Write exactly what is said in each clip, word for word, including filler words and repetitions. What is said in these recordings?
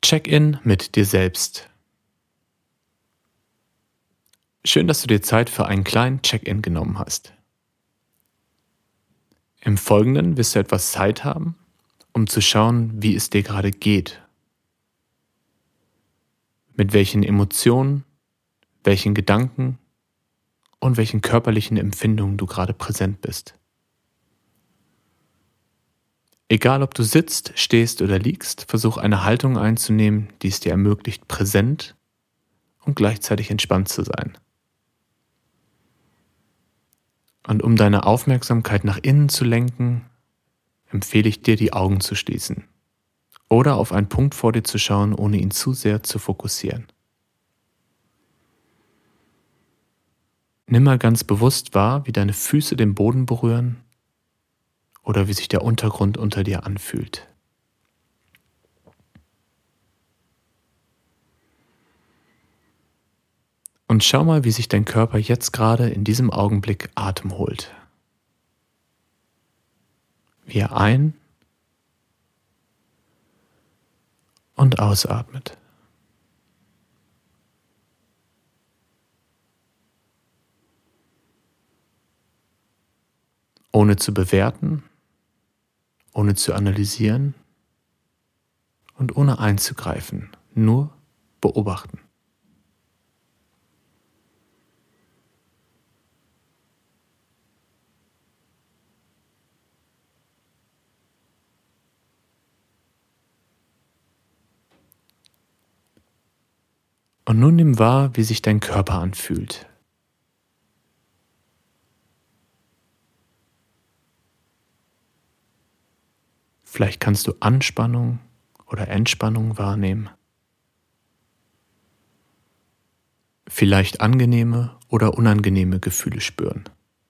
Check-in mit dir selbst. Schön, dass du dir Zeit für einen kleinen Check-in genommen hast. Im Folgenden wirst du etwas Zeit haben, um zu schauen, wie es dir gerade geht. Mit welchen Emotionen, welchen Gedanken und welchen körperlichen Empfindungen du gerade präsent bist. Egal ob du sitzt, stehst oder liegst, versuch eine Haltung einzunehmen, die es dir ermöglicht, präsent und gleichzeitig entspannt zu sein. Und um deine Aufmerksamkeit nach innen zu lenken, empfehle ich dir, die Augen zu schließen oder auf einen Punkt vor dir zu schauen, ohne ihn zu sehr zu fokussieren. Nimm mal ganz bewusst wahr, wie deine Füße den Boden berühren oder wie sich der Untergrund unter dir anfühlt. Und schau mal, wie sich dein Körper jetzt gerade in diesem Augenblick Atem holt. Wie er ein- und ausatmet. Ohne zu bewerten, ohne zu analysieren und ohne einzugreifen, nur beobachten. Und nun nimm wahr, wie sich dein Körper anfühlt. Vielleicht kannst du Anspannung oder Entspannung wahrnehmen. Vielleicht angenehme oder unangenehme Gefühle spüren.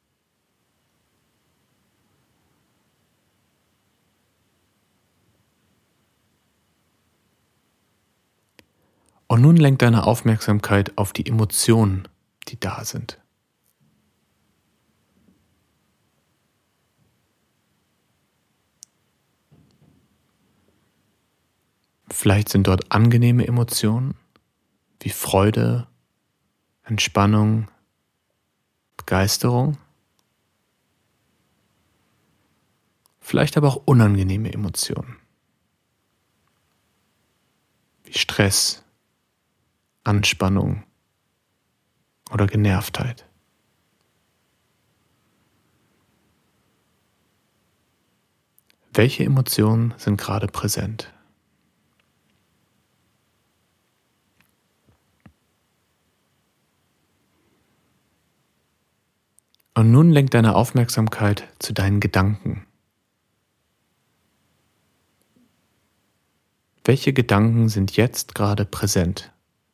Und nun lenk deine Aufmerksamkeit auf die Emotionen, die da sind. Vielleicht sind dort angenehme Emotionen wie Freude, Entspannung, Begeisterung. Vielleicht aber auch unangenehme Emotionen wie Stress, Anspannung oder Genervtheit. Welche Emotionen sind gerade präsent? Und nun lenk deine Aufmerksamkeit zu deinen Gedanken. Welche Gedanken sind jetzt gerade präsent?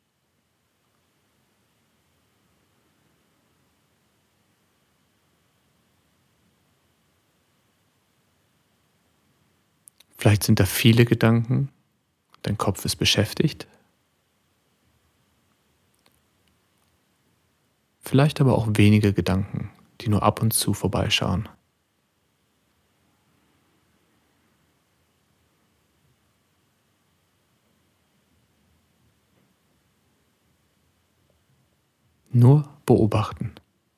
Vielleicht sind da viele Gedanken, dein Kopf ist beschäftigt. Vielleicht aber auch wenige Gedanken, die nur ab und zu vorbeischauen. Nur beobachten.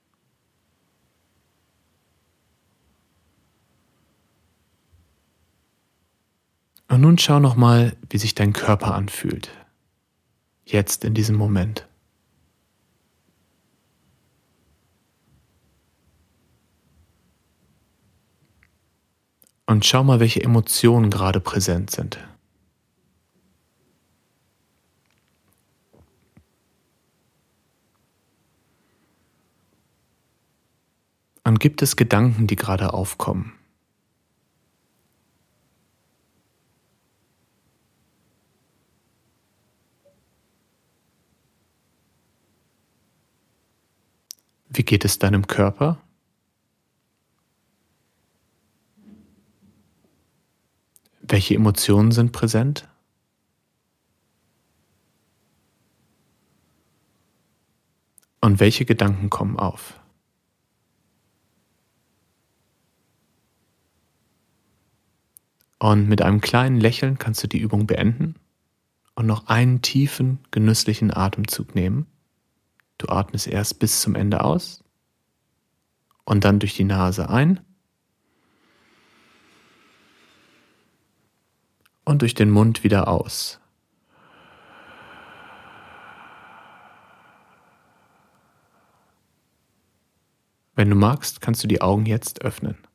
Und nun schau nochmal, wie sich dein Körper anfühlt. Jetzt in diesem Moment. Und schau mal, welche Emotionen gerade präsent sind. Und gibt es Gedanken, die gerade aufkommen? Wie geht es deinem Körper? Welche Emotionen sind präsent? Und welche Gedanken kommen auf? Und mit einem kleinen Lächeln kannst du die Übung beenden und noch einen tiefen, genüsslichen Atemzug nehmen. Du atmest erst bis zum Ende aus und dann durch die Nase ein und durch den Mund wieder aus. Wenn du magst, kannst du die Augen jetzt öffnen.